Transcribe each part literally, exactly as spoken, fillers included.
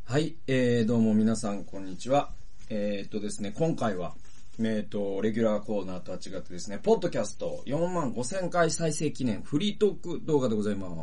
はい、えー、どうも皆さんこんにちは。えーっとですね、今回は、えーっと、レギュラーコーナーとは違ってですね、ポッドキャストよんまんごせんかい再生記念フリートーク動画でございます。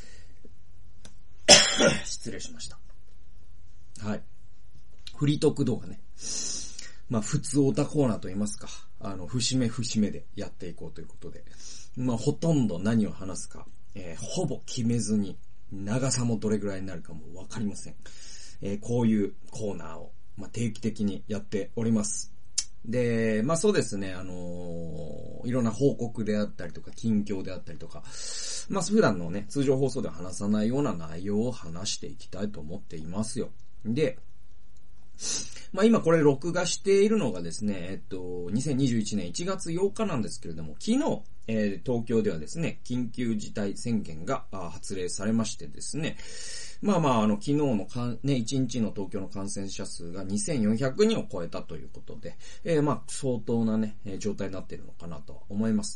失礼しました。はい。フリートーク動画ね。まあ、普通オタコーナーと言いますか。あの、節目節目でやっていこうということで。まあ、ほとんど何を話すか、えー、ほぼ決めずに、長さもどれぐらいになるかもわかりません。えー、こういうコーナーを、まあ、定期的にやっております。で、まあそうですね、あのー、いろんな報告であったりとか、近況であったりとか、まあ普段のね、通常放送では話さないような内容を話していきたいと思っていますよ。で、まあ今これ録画しているのがですね、えっと、にせんにじゅういちねんいちがつようかなんですけれども、昨日、えー、東京ではですね、緊急事態宣言が発令されましてですね、まあまあ、あの、昨日のかん、ね、いちにちの東京の感染者数がにせんよんひゃくにんを超えたということで、えー、まあ、相当なね、状態になっているのかなと思います。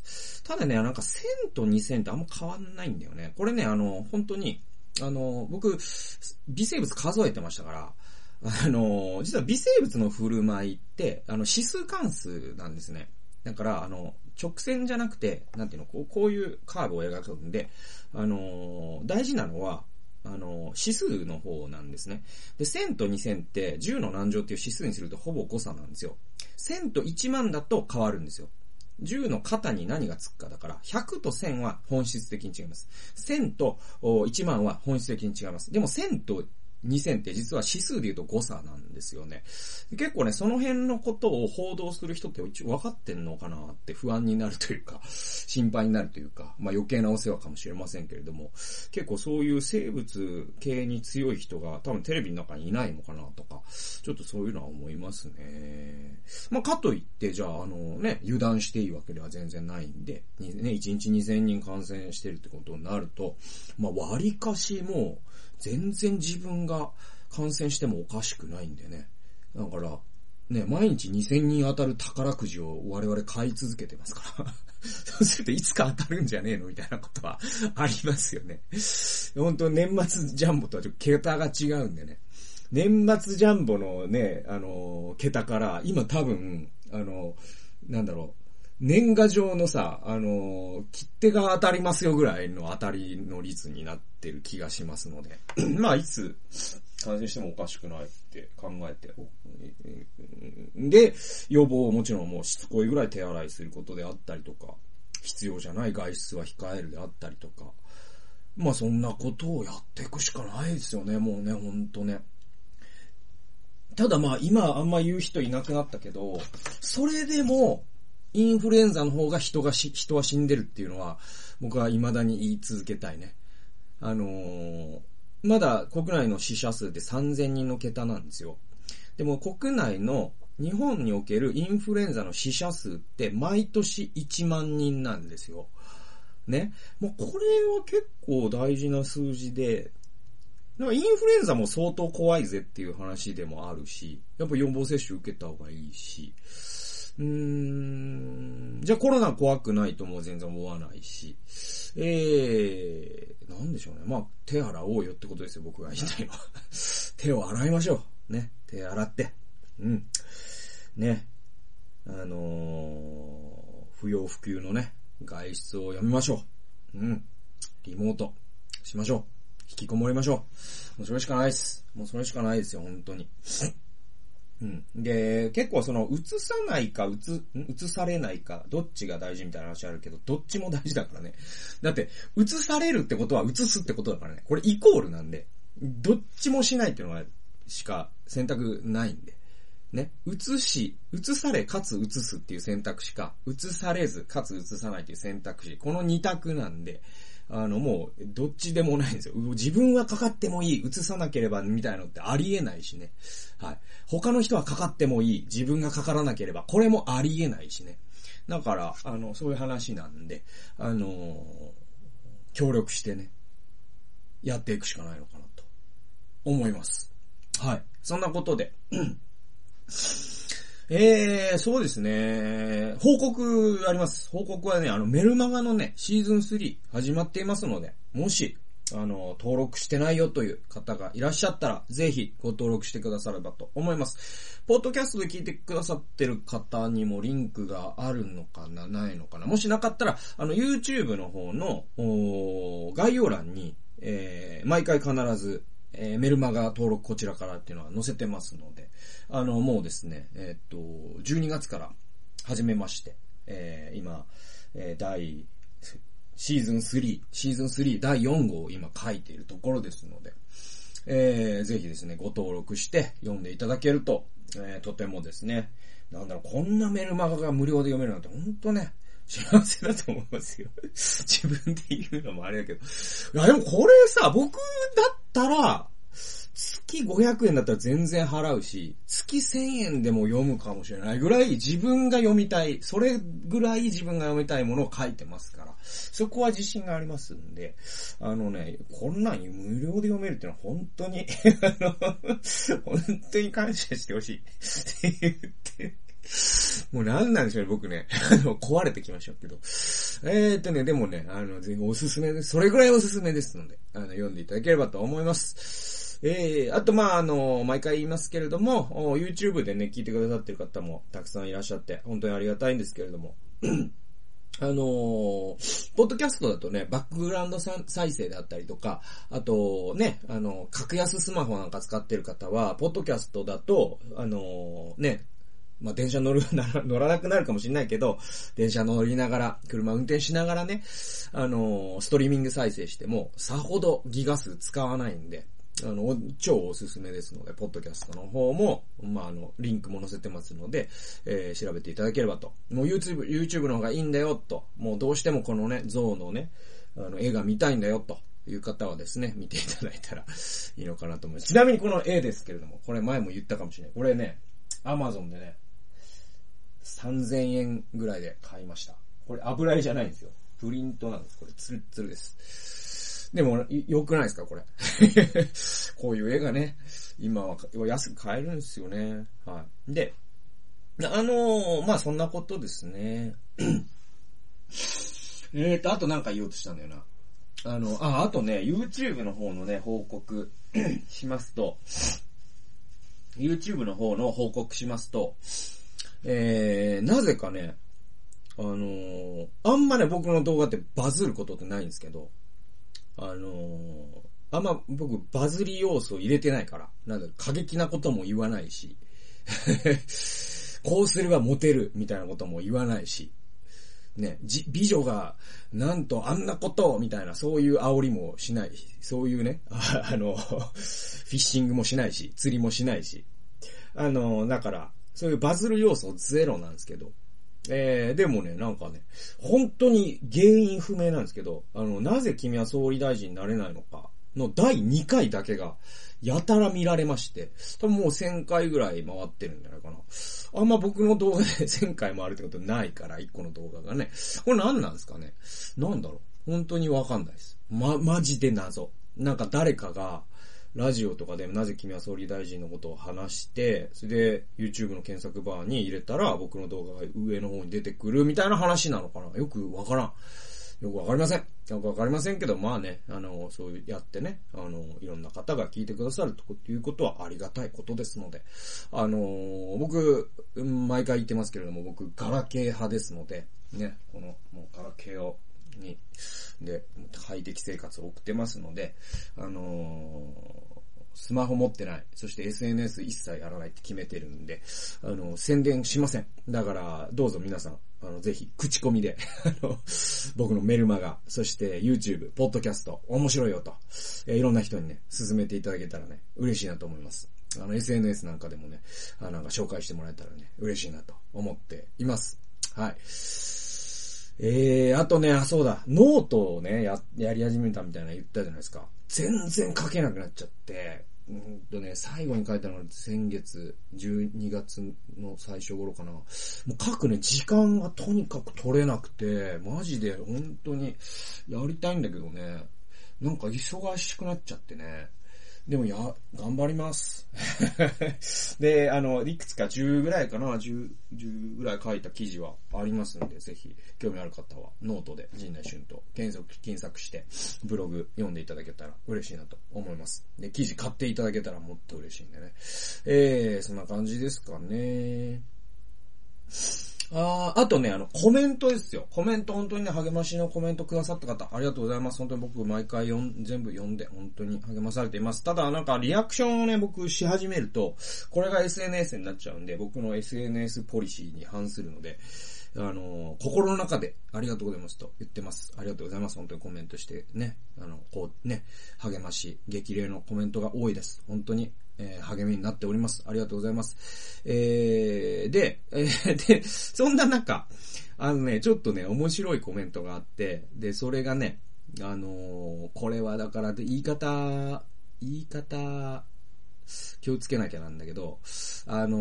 ただね、なんかせんとにせんってあんま変わんないんだよね。これね、あの、本当に、あの、僕、微生物数えてましたから、あの、実は微生物の振る舞いって、あの、指数関数なんですね。だから、あの、直線じゃなくて、なんていうの、こう、こういうカーブを描くんで、あの、大事なのは、あの、指数の方なんですね。で、せんとにせんってじゅうの何乗っていう指数にするとほぼ誤差なんですよ。せんといちまんだと変わるんですよ。じゅうの肩に何がつくかだから、ひゃくとせんは本質的に違います。せんといちまんは本質的に違います。でもせんとにせんって実は指数で言うと誤差なんですよね。結構ね、その辺のことを報道する人って一応分かってんのかなって不安になるというか、心配になるというか、まあ余計なお世話かもしれませんけれども、結構そういう生物系に強い人が多分テレビの中にいないのかなとか、ちょっとそういうのは思いますね。まあかといって、じゃああのね、油断していいわけでは全然ないんで、ね、いちにちにせんにん感染してるってことになると、まあ割かしもう、全然自分が感染してもおかしくないんでね。だから、ね、毎日にせんにん当たる宝くじを我々買い続けてますから。そうするといつか当たるんじゃねえのみたいなことはありますよね。本当年末ジャンボとはちょっと桁が違うんでね。年末ジャンボのね、あの、桁から、今多分、あの、なんだろう、年賀状のさ、あのー、切手が当たりますよぐらいの当たりの率になってる気がしますので。まあ、いつ感染してもおかしくないって考えて。で、予防をもちろんもうしつこいぐらい手洗いすることであったりとか、必要じゃない外出は控えるであったりとか。まあ、そんなことをやっていくしかないですよね、もうね、ほんとね。ただまあ、今あんま言う人いなくなったけど、それでも、インフルエンザの方が人がし、人は死んでるっていうのは、僕は未だに言い続けたいね。あのー、まだ国内の死者数ってさんぜんにんの桁なんですよ。でも国内の日本におけるインフルエンザの死者数って毎年いちまんにんなんですよ。ね。もうこれは結構大事な数字で、なんかインフルエンザも相当怖いぜっていう話でもあるし、やっぱ予防接種受けた方がいいし、うーん、じゃあコロナ怖くないとも全然思わないし、えー、なんでしょうね。まあ、手洗おうよってことですよ、僕が言いたいのは。手を洗いましょう。ね。手洗って。うん。ね。あのー、不要不急のね、外出をやめましょう。うん。リモートしましょう。引きこもりましょう。もうそれしかないです。もうそれしかないですよ、本当に。うん。で、結構その、移さないか、移、移されないか、どっちが大事みたいな話あるけど、どっちも大事だからね。だって、移されるってことは移すってことだからね。これイコールなんで、どっちもしないっていうのが、しか選択ないんで。ね。移し、移されかつ移すっていう選択肢か、移されずかつ移さないっていう選択肢。この二択なんで、あの、もう、どっちでもないんですよ。自分はかかってもいい、移さなければ、みたいなのってありえないしね。はい。他の人はかかってもいい、自分がかからなければ、これもありえないしね。だから、あの、そういう話なんで、あのー、協力してね、やっていくしかないのかなと、思います。はい。そんなことで、えー、そうですね。報告あります。報告はね、あの、メルマガのね、シーズンスリー始まっていますので、もし、 あの、登録してないよという方がいらっしゃったら、ぜひご登録してくださればと思います。ポッドキャストで聞いてくださってる方にもリンクがあるのかな、ないのかな。もしなかったら、あの、YouTube の方の、概要欄に、えー、毎回必ず、えー、メルマガ登録こちらからっていうのは載せてますので、あの、もうですね、えー、っと、じゅうにがつから始めまして、えー、今、えー、第、シーズンスリー、シーズンスリーだいよん号を今書いているところですので、えー、ぜひですね、ご登録して読んでいただけると、えー、とてもですね、なんだろう、こんなメルマガが無料で読めるなんて、ほんとね、幸せだと思いますよ。自分で言うのもあれだけど。いや、でもこれさ、僕だったら、月ごひゃくえんだったら全然払うし、月せんえんでも読むかもしれないぐらい自分が読みたい、それぐらい自分が読みたいものを書いてますから、そこは自信がありますんで、あのね、こんなん無料で読めるっていうのは本当に、あの、本当に感謝してほしいって言って、もうなんなんでしょうね、僕ね。あの、壊れてきましたけど。えーっとね、でもね、あの、ぜひおすすめです。それぐらいおすすめですので、あの、読んでいただければと思います。えー、あと、まあ、あの、毎回言いますけれども、YouTube でね、聞いてくださってる方もたくさんいらっしゃって、本当にありがたいんですけれども。あのー、ポッドキャストだとね、バックグラウンド再生であったりとか、あとね、あの、格安スマホなんか使ってる方は、ポッドキャストだと、あのー、ね、まあ、電車乗る、乗らなくなるかもしれないけど、電車乗りながら、車運転しながらね、あのー、ストリーミング再生しても、さほどギガ数使わないんで、あの、超おすすめですので、ポッドキャストの方も、まあ、あの、リンクも載せてますので、えー、調べていただければと。もう YouTube、YouTube の方がいいんだよ、と。もうどうしてもこのね、象のね、あの、絵が見たいんだよ、という方はですね、見ていただいたらいいのかなと思います。ちなみにこの絵ですけれども、これ前も言ったかもしれない。これね、Amazon でね、さんぜんえんぐらいで買いました。これ油絵じゃないんですよ。プリントなんです。これツルッツルです。でも、良くないですかこれ。こういう絵がね、今は安く買えるんですよね。はい。で、あのー、まあ、そんなことですね。えーと、あとなんか言おうとしたんだよな。あの、あ、あとね、YouTube の方のね、報告しますと、YouTube の方の報告しますと、えー、なぜかね、あのー、あんまね、僕の動画ってバズることってないんですけど、あのー、あんま僕バズり要素を入れてないから、なんだ過激なことも言わないし、こうすればモテるみたいなことも言わないし、ね、じ美女がなんとあんなことみたいなそういう煽りもしないし、そういうね、あ, あの、フィッシングもしないし、釣りもしないし、あの、だから、そういうバズる要素ゼロなんですけど、えー、でもね、なんかね、本当に原因不明なんですけど、あの、なぜ君は総理大臣になれないのかのだいにかいだけが、やたら見られまして、多分もうせんかいぐらい回ってるんじゃないかな。あんま僕の動画でせんかい回るってことないから、いっこの動画がね。これ何なんですかね。なんだろう。本当にわかんないです。ま、マジで謎。なんか誰かが、ラジオとかでなぜ君は総理大臣のことを話して、それで YouTube の検索バーに入れたら僕の動画が上の方に出てくるみたいな話なのかな。よくわからん。よくわかりません。よくわかりませんけど、まあね、あの、そうやってね、あの、いろんな方が聞いてくださるということはありがたいことですので、あの、僕、毎回言ってますけれども、僕、ガラケー派ですので、ね、この、もうガラケーを、に、で、快適生活を送ってますので、あのー、スマホ持ってない、そして エスエヌエス 一切やらないって決めてるんで、あの、宣伝しません。だから、どうぞ皆さん、あの、ぜひ、口コミで、あの、僕のメルマガ、そして YouTube、ポッドキャスト、面白いよと、えー、いろんな人にね、進めていただけたらね、嬉しいなと思います。あの、エスエヌエス なんかでもね、あなんか紹介してもらえたらね、嬉しいなと思っています。はい。えー、あとね、あ、そうだ、ノートをね、や、やり始めたみたいな言ったじゃないですか。全然書けなくなっちゃって、うんとね、最後に書いたのが先月、じゅうにがつの最初頃かな。もう書くね、時間がとにかく取れなくて、マジで本当にやりたいんだけどね、なんか忙しくなっちゃってね。 でもや、頑張ります。で、あの、いくつかじゅうぐらいかな、じゅう、じゅうぐらい書いた記事はありますので、ぜひ、興味ある方は、ノートで陣内俊と検索、検索して、ブログ読んでいただけたら嬉しいなと思います。で、記事買っていただけたらもっと嬉しいんでね。えー、そんな感じですかね。ああ、あとね、あの、コメントですよ。コメント、本当にね、励ましのコメントくださった方、ありがとうございます。本当に僕、毎回読ん、全部読んで、本当に励まされています。ただ、なんか、リアクションをね、僕し始めると、これが エスエヌエス になっちゃうんで、僕の エスエヌエス ポリシーに反するので、あの、心の中で、ありがとうございますと言ってます。ありがとうございます。本当にコメントしてね、あの、こうね、励まし、激励のコメントが多いです。本当に。えー、励みになっております。ありがとうございます。えー、で、えー、で、そんな中、あのね、ちょっとね、面白いコメントがあって、で、それがね、あのー、これはだから、言い方、言い方、気をつけなきゃなんだけど、あの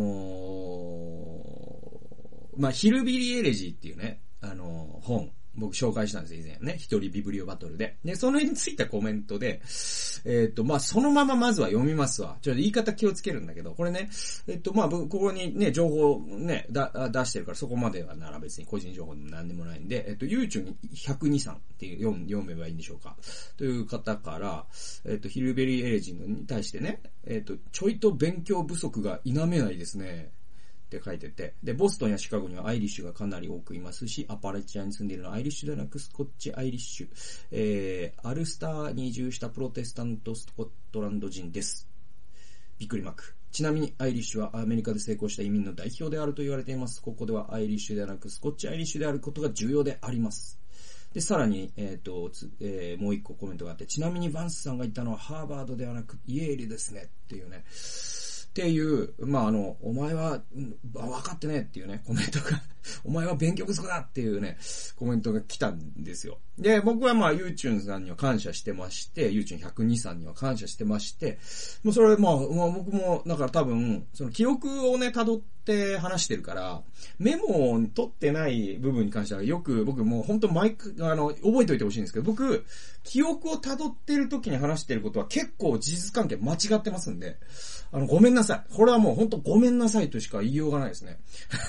ー、まあ、ヒルビリーエレジーっていうね、あのー、本、僕紹介したんですよ、以前ね。一人ビブリオバトルで。で、その辺についたコメントで、えっと、まあ、そのまままずは読みますわ。ちょっと言い方気をつけるんだけど、これね、えっと、まあ、ここにね、情報ね、だ、出してるからそこまではなら別に個人情報でも何でもないんで、えっと、YouTube にひゃくにさんっていう読読めばいいんでしょうか。という方から、えっと、ヒルベリーエレジンに対してね、えっと、ちょいと勉強不足が否めないですね。って書いてて。で、ボストンやシカゴにはアイリッシュがかなり多くいますし、アパレチアに住んでいるのはアイリッシュではなくスコッチアイリッシュ。えー、アルスターに移住したプロテスタントスコットランド人です。びっくりマーク。ちなみにアイリッシュはアメリカで成功した移民の代表であると言われています。ここではアイリッシュではなくスコッチアイリッシュであることが重要であります。で、さらに、えっと、えー、もう一個コメントがあって、ちなみにバンスさんが言ったのはハーバードではなくイエールですねっていうね。っていう、まあ、あの、お前は、分かってねっていうね、コメントが、お前は勉強不足だっていうね、コメントが来たんですよ。で、僕はまあ、ゆうちゅんさんには感謝してまして、ゆうちゅんひゃくにさんには感謝してまして、もうそれ、まあ、まあ、僕も、だから多分、その記憶をね、辿って話してるから、メモを取ってない部分に関しては、よく、僕もう本当毎回、あの、覚えておいてほしいんですけど、僕、記憶を辿ってる時に話してることは結構事実関係間違ってますんで、あの、ごめんなさい。これはもう本当ごめんなさいとしか言いようがないですね。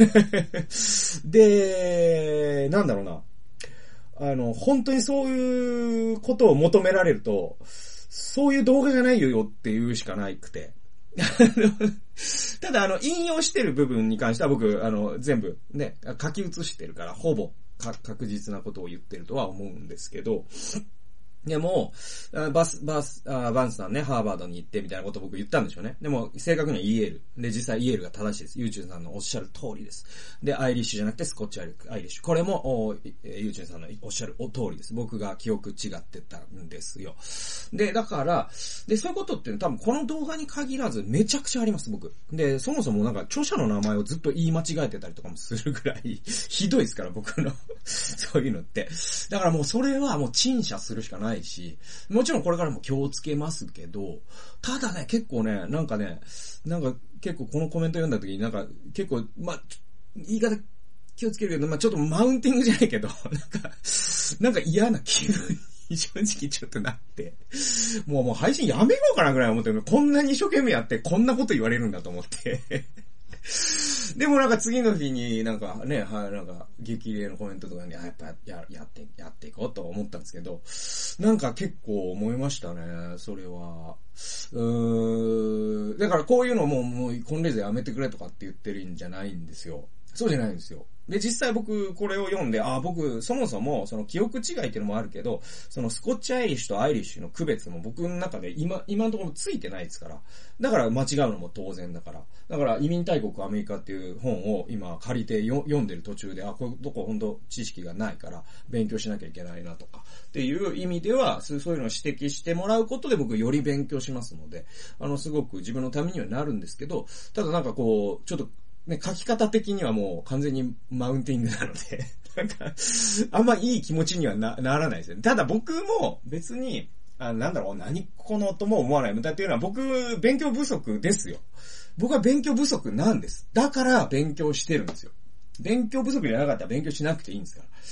で、なんだろうな。あの、本当にそういうことを求められると、そういう動画じゃないよって言うしかないくて。ただ、あの、引用してる部分に関しては僕、あの、全部ね、書き写してるから、ほぼ確実なことを言ってるとは思うんですけど、でも、バス、バス、あバンスさんね、ハーバードに行ってみたいなことを僕言ったんでしょうね。でも、正確にはイエール。で、実際イエールが正しいです。ユーチューさんのおっしゃる通りです。で、アイリッシュじゃなくてスコッチアイリッシュ。これも、ユーチューさんのおっしゃる通りです。僕が記憶違ってたんですよ。で、だから、で、そういうことって多分この動画に限らずめちゃくちゃあります、僕。で、そもそもなんか著者の名前をずっと言い間違えてたりとかもするぐらい、ひどいですから、僕の、そういうのって。だからもうそれはもう陳謝するしかないし、もちろんこれからも気をつけますけど、ただね、結構ね、なんかね、なんか結構このコメント読んだ時になんか結構、まあ、言い方気をつけるけど、まあちょっとマウンティングじゃないけど、なんか、なんか嫌な気分に正直ちょっとなって、もうもう配信やめようかなぐらい思ってる。こんなに一生懸命やってこんなこと言われるんだと思って。でもなんか次の日になんかね、はい、なんか激励のコメントとかにやっぱや、やって、やっていこうと思ったんですけど、なんか結構思いましたね、それは。うーん、だからこういうのももう今レーズやめてくれとかって言ってるんじゃないんですよ。そうじゃないんですよ。で、実際僕、これを読んで、ああ、僕、そもそも、その記憶違いっていうのもあるけど、そのスコッチアイリッシュとアイリッシュの区別も僕の中で今、今のところついてないですから。だから間違うのも当然だから。だから移民大国アメリカっていう本を今借りてよ読んでる途中で、あ、こういうとこ本当知識がないから勉強しなきゃいけないなとか。っていう意味では、そういうのを指摘してもらうことで僕より勉強しますので、あの、すごく自分のためにはなるんですけど、ただなんかこう、ちょっと、ね、書き方的にはもう完全にマウンティングなので、なんか、あんまいい気持ちには な, ならないですよね。ただ僕も別に、あなんだろう、何このとも思わない。だっていうのは僕、勉強不足ですよ。僕は勉強不足なんです。だから勉強してるんですよ。勉強不足じゃなかったら勉強しなくていいんですから。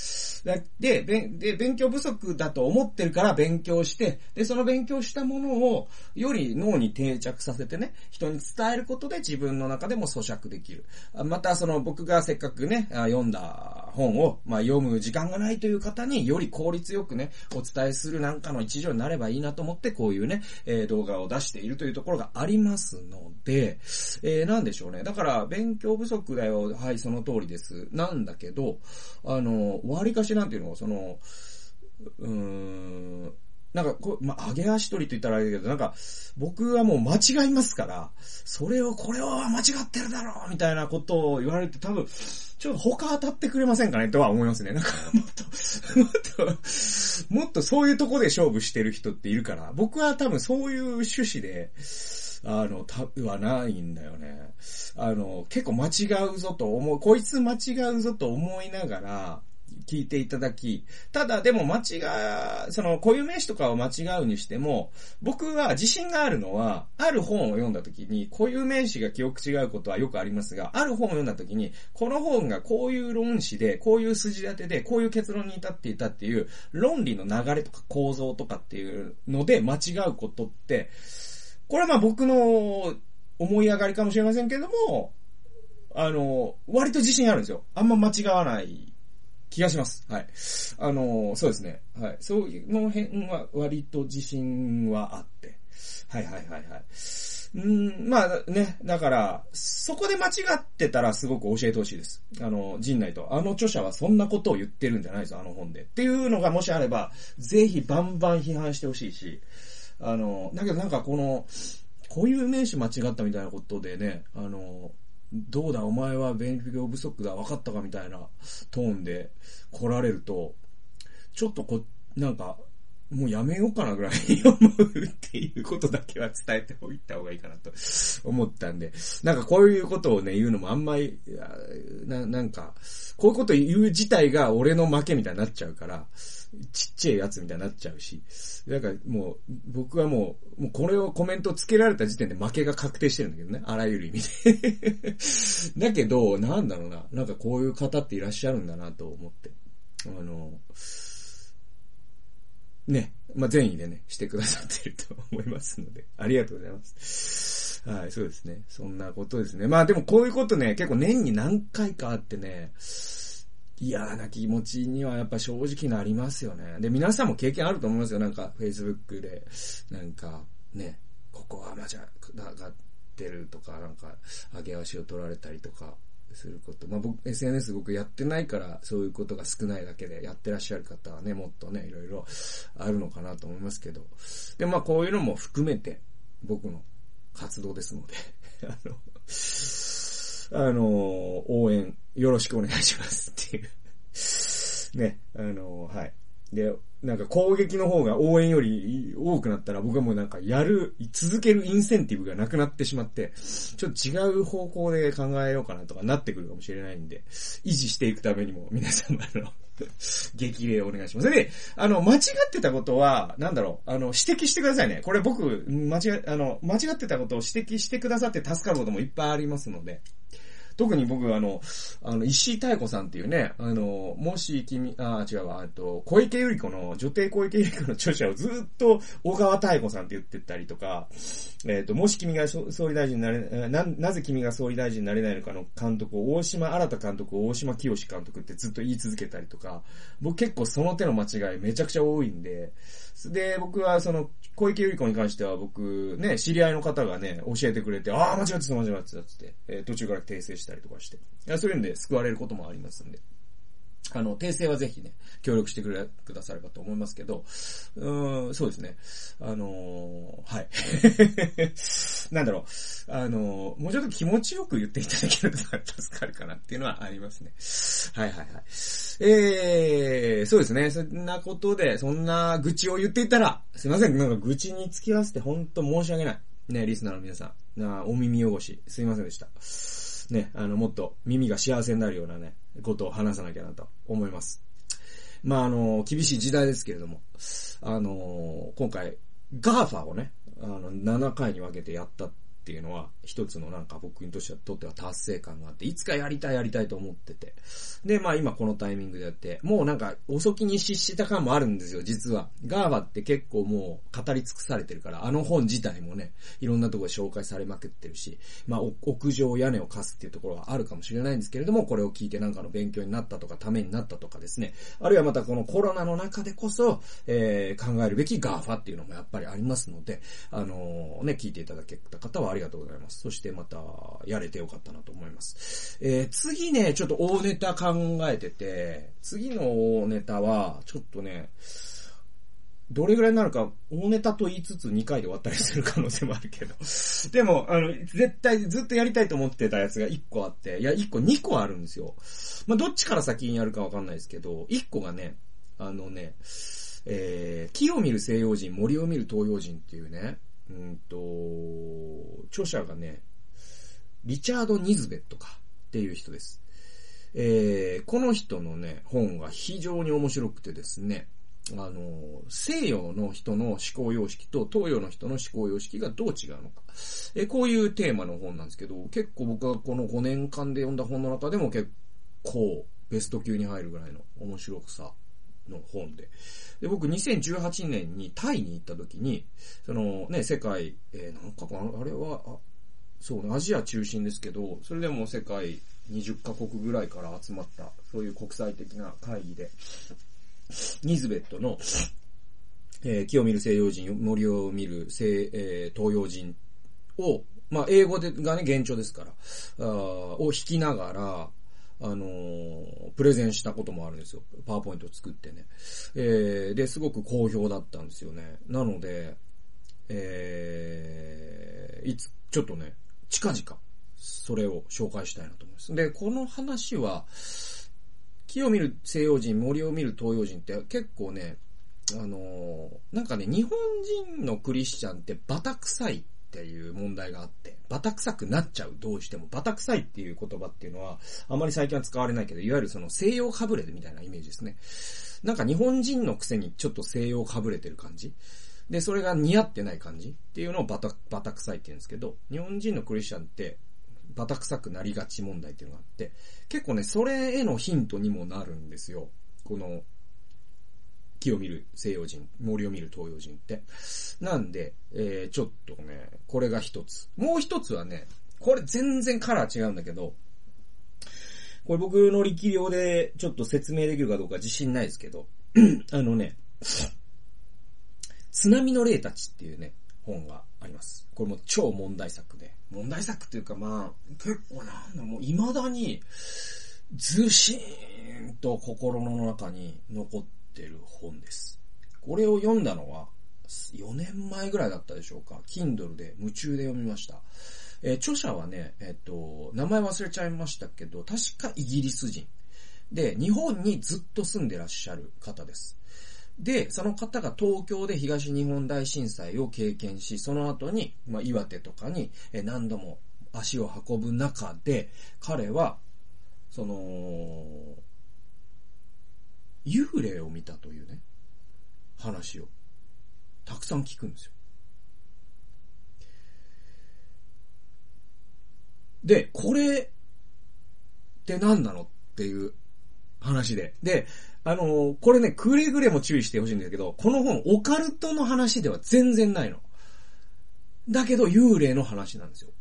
で、で、勉強不足だと思ってるから勉強して、で、その勉強したものをより脳に定着させてね、人に伝えることで自分の中でも咀嚼できる。また、その僕がせっかくね、読んだ本を、まあ、読む時間がないという方により効率よくね、お伝えするなんかの一助になればいいなと思って、こういうね、えー、動画を出しているというところがありますので、えー、なんでしょうね。だから、勉強不足だよ。はい、その通りです。なんだけど、あの、割かしなんていうの、その、うーん、なんかこう、まあ、上げ足取りと言ったらあれだけど、なんか、僕はもう間違いますから、それを、これは間違ってるだろうみたいなことを言われて多分、ちょっと他当たってくれませんかねとは思いますね。なんか、もっと、もっと、もっとそういうとこで勝負してる人っているから、僕は多分そういう趣旨で、あの、た、はないんだよね。あの、結構間違うぞと思う、こいつ間違うぞと思いながら、聞いていただき、ただでも間違う、その固有名詞とかを間違うにしても、僕は自信があるのは、ある本を読んだ時に、固有名詞が記憶違うことはよくありますが、ある本を読んだ時に、この本がこういう論旨で、こういう筋立てで、こういう結論に至っていたっていう、論理の流れとか構造とかっていうので間違うことって、これはまあ僕の思い上がりかもしれませんけれども、あの、割と自信あるんですよ。あんま間違わない気がします。はい。あの、そうですね。はい。そういうの辺は割と自信はあって。はいはいはいはい。うーん、まあね、だから、そこで間違ってたらすごく教えてほしいです。あの、陣内と。あの著者はそんなことを言ってるんじゃないですよ、あの本で。っていうのがもしあれば、ぜひバンバン批判してほしいし、あの、だけどなんかこの、こういう名詞間違ったみたいなことでね、あの、どうだお前は勉強不足だ分かったかみたいなトーンで来られると、ちょっとこ、なんか、もうやめようかなぐらい思うっていうことだけは伝えておいた方がいいかなと思ったんで、なんかこういうことをね、言うのもあんまり、な、なんか、こういうこと言う自体が俺の負けみたいになっちゃうから、ちっちゃいやつみたいになっちゃうし、だからもう、僕はもう、もうこれをコメントをつけられた時点で負けが確定してるんだけどね、あらゆる意味で。だけど、なんだろうな、なんかこういう方っていらっしゃるんだなと思って、あの、ね、まあ、善意でね、してくださっていると思いますので、ありがとうございます。はい、そうですね。そんなことですね。まあでもこういうことね、結構年に何回かあってね、嫌な気持ちにはやっぱ正直なりますよね。で、皆さんも経験あると思いますよ。なんか、Facebook で、なんか、ね、ここは間違ってるとか、なんか、上げ足を取られたりとか、すること。まあ僕、エスエヌエス 僕やってないから、そういうことが少ないだけで、やってらっしゃる方はね、もっとね、いろいろあるのかなと思いますけど。で、まあこういうのも含めて、僕の活動ですので、あの、あの、応援よろしくお願いしますっていう。ね、あの、はい。で、なんか攻撃の方が応援より多くなったら僕はもうなんかやる、続けるインセンティブがなくなってしまって、ちょっと違う方向で考えようかなとかなってくるかもしれないんで、維持していくためにも皆様の激励をお願いします。で、あの、間違ってたことは、なんだろう、あの、指摘してくださいね。これ僕、間違、あの、間違ってたことを指摘してくださって助かることもいっぱいありますので、特に僕あの、あの、石井妙子さんっていうね、あの、もし君、あ、違うわ、あと、小池百合子の、女帝小池百合子の著者をずっと、小川妙子さんって言ってたりとか、えっと、もし君が総理大臣になれ、な、なぜ君が総理大臣になれないのかの監督を、大島新監督を大島清監督ってずっと言い続けたりとか、僕結構その手の間違いめちゃくちゃ多いんで、で、僕はその、小池百合子に関しては僕、ね、知り合いの方がね、教えてくれて、ああ、間違ってた、間違ってた、つって、えー、途中から訂正したりとかして、いや、そういうんで救われることもありますんで、あの、訂正はぜひね、協力してくれ、くださればと思いますけど、うーん、そうですね。あのー、はい。なんだろう、あのー、もうちょっと気持ちよく言っていただけると助かるかなっていうのはありますね。はいはいはい。えー、そうですね。そんなことで、そんな愚痴を言っていたら、すいません、なんか愚痴に付き合わせて本当申し訳ない。ね、リスナーの皆さん、なお耳汚し、すいませんでした。ね、あの、もっと耳が幸せになるようなね、ことを話さなきゃなと思います。まあ、あの、厳しい時代ですけれども、あの、今回、ガーファ をね、あの、ななかいに分けてやったっていうのは一つのなんか僕にとっては達成感があって、いつかやりたいやりたいと思ってて。で、まあ今このタイミングでやって、もうなんか遅きに失した感もあるんですよ、実は。ガーバって結構もう語り尽くされてるから、あの本自体もね、いろんなところで紹介されまくってるし、まあ屋上屋根を貸すっていうところはあるかもしれないんですけれども、これを聞いてなんかの勉強になったとか、ためになったとかですね。あるいはまたこのコロナの中でこそ、えー、考えるべきガーファっていうのもやっぱりありますので、あのー、ね、聞いていただけた方はありがとうございます。そしてまた、やれてよかったなと思います。えー、次ね、ちょっと大ネタ考えてて、次の大ネタは、ちょっとね、どれぐらいになるか、大ネタと言いつつにかいで終わったりする可能性もあるけど。でも、あの、絶対ずっとやりたいと思ってたやつがいっこあって、いや、いっこ、にこあるんですよ。まあ、どっちから先にやるかわかんないですけど、いっこがね、あのね、えー、木を見る西洋人、森を見る東洋人っていうね、うんと、著者がね、リチャード・ニズベットかっていう人です。えー、この人のね、本が非常に面白くてですね、あの、西洋の人の思考様式と東洋の人の思考様式がどう違うのか。えー、こういうテーマの本なんですけど、結構僕はこのごねんかんで読んだ本の中でも結構ベスト級に入るぐらいの面白さの本で。で、僕にせんじゅうはちねんにタイに行った時に、そのね、世界、えー、なんかあれは、あそうね、アジア中心ですけど、それでも世界にじゅっかこくぐらいから集まった、そういう国際的な会議で、ニズベットの、えー、木を見る西洋人、森を見る西、えー、東洋人を、まあ、英語でがね、現状ですから、あを弾きながら、あのー、プレゼンしたこともあるんですよ。パワーポイントを作ってね。えー、で、すごく好評だったんですよね。なので、えー、いつ、ちょっとね、近々、それを紹介したいなと思います。で、この話は、木を見る西洋人、森を見る東洋人って結構ね、あのー、なんかね、日本人のクリスチャンってバタ臭いっていう問題があって、バタ臭くなっちゃう、どうしても。バタ臭いっていう言葉っていうのは、あまり最近は使われないけど、いわゆるその西洋かぶれみたいなイメージですね。なんか日本人のくせにちょっと西洋かぶれてる感じ。で、それが似合ってない感じっていうのをバタ、バタ臭いって言うんですけど、日本人のクリスチャンって、バタ臭くなりがち問題っていうのがあって、結構ね、それへのヒントにもなるんですよ。この、木を見る西洋人、森を見る東洋人って。なんで、えー、ちょっとね、これが一つ。もう一つはね、これ全然カラー違うんだけど、これ僕の力量でちょっと説明できるかどうか自信ないですけど、あのね、津波の霊たちっていうね、本があります。これも超問題作で。問題作っていうかまあ、結構なんだ、もう未だに、ずしーんと心の中に残ってる本です。これを読んだのは、よねんまえぐらいだったでしょうか。Kindle で夢中で読みました。えー、著者はね、えっと、名前忘れちゃいましたけど、確かイギリス人。で、日本にずっと住んでらっしゃる方です。で、その方が東京で東日本大震災を経験し、その後に、まあ、岩手とかに何度も足を運ぶ中で、彼は、その、幽霊を見たというね、話を、たくさん聞くんですよ。で、これって何なのっていう話で。で、あのー、これね、くれぐれも注意してほしいんだけど、この本、オカルトの話では全然ないの。だけど、幽霊の話なんですよ。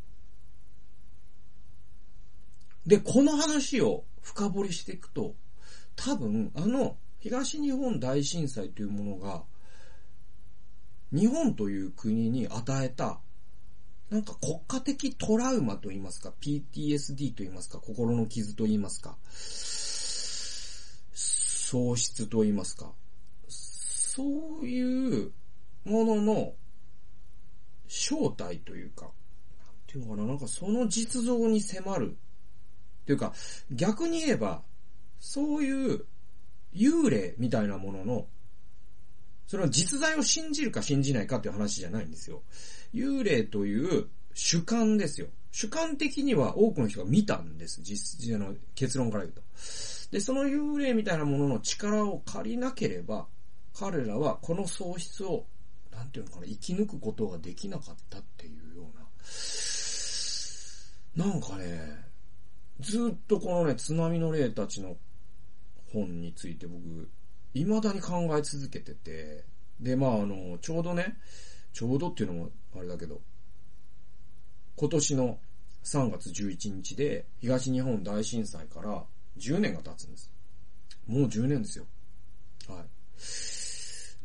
で、この話を深掘りしていくと、多分、あの、東日本大震災というものが、日本という国に与えた、なんか国家的トラウマと言いますか、ピーティーエスディー と言いますか、心の傷と言いますか、喪失と言いますか、そういうものの正体というか、なんていうのかな、なんかその実像に迫るというか、逆に言えばそういう幽霊みたいなもののその実在を信じるか信じないかという話じゃないんですよ。幽霊という主観ですよ。主観的には多くの人が見たんです。実あの結論から言うと。で、その幽霊みたいなものの力を借りなければ、彼らはこの喪失を、なんていうのかな、生き抜くことができなかったっていうような、 なんかね、ずっとこのね、津波の霊たちの本について僕、未だに考え続けてて、で、まああの、ちょうどね、ちょうどっていうのもあれだけど、今年のさんがつじゅういちにちで東日本大震災からじゅうねんが経つんです。もうじゅうねんですよ。はい。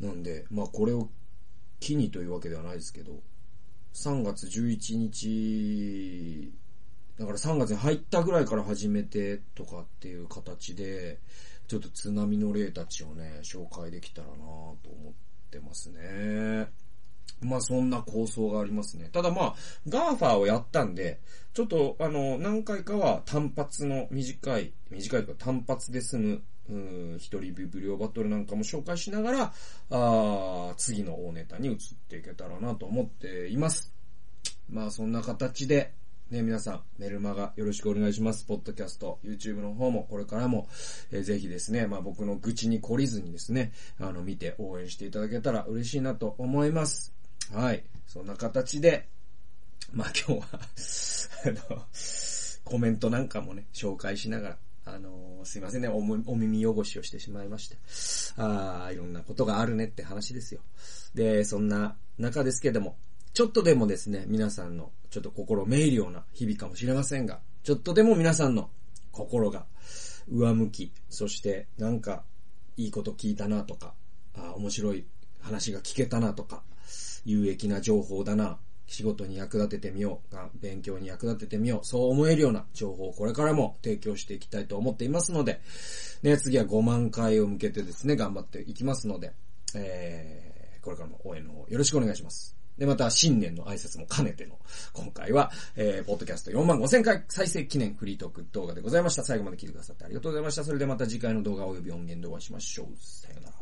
なんで、まあこれを機にというわけではないですけど、さんがつじゅういちにち、だからさんがつに入ったぐらいから始めてとかっていう形で、ちょっと津波の霊たちをね、紹介できたらなと思ってますね。まあそんな構想がありますね。ただまあ、ガーファーをやったんで、ちょっとあの、何回かは単発の短い、短いか単発で済む、うん、一人ビブリオバトルなんかも紹介しながら、あ次の大ネタに移っていけたらなと思っています。まあそんな形で、ね、皆さん、メルマガよろしくお願いします。ポッドキャスト、YouTube の方もこれからも、えー、ぜひですね、まあ僕の愚痴に懲りずにですね、あの、見て応援していただけたら嬉しいなと思います。はい。そんな形で、まあ今日は、あの、コメントなんかもね、紹介しながら、あのー、すいませんね、お, お耳汚しをしてしまいまして。ああ、いろんなことがあるねって話ですよ。で、そんな中ですけども、ちょっとでもですね、皆さんのちょっと心めいるような日々かもしれませんが、ちょっとでも皆さんの心が上向き、そしてなんかいいこと聞いたなとか、あ面白い話が聞けたなとか、有益な情報だな、仕事に役立ててみようが、勉強に役立ててみよう、そう思えるような情報をこれからも提供していきたいと思っていますので、ね、次はごまんかいを向けてですね、頑張っていきますので、えー、これからも応援の方よろしくお願いします。で、また、新年の挨拶も兼ねての、今回は、えー、ポッドキャストよんまんごせんかい再生記念フリートーク動画でございました。最後まで聞いてくださってありがとうございました。それでまた次回の動画及び音源でお会いしましょう。さよなら。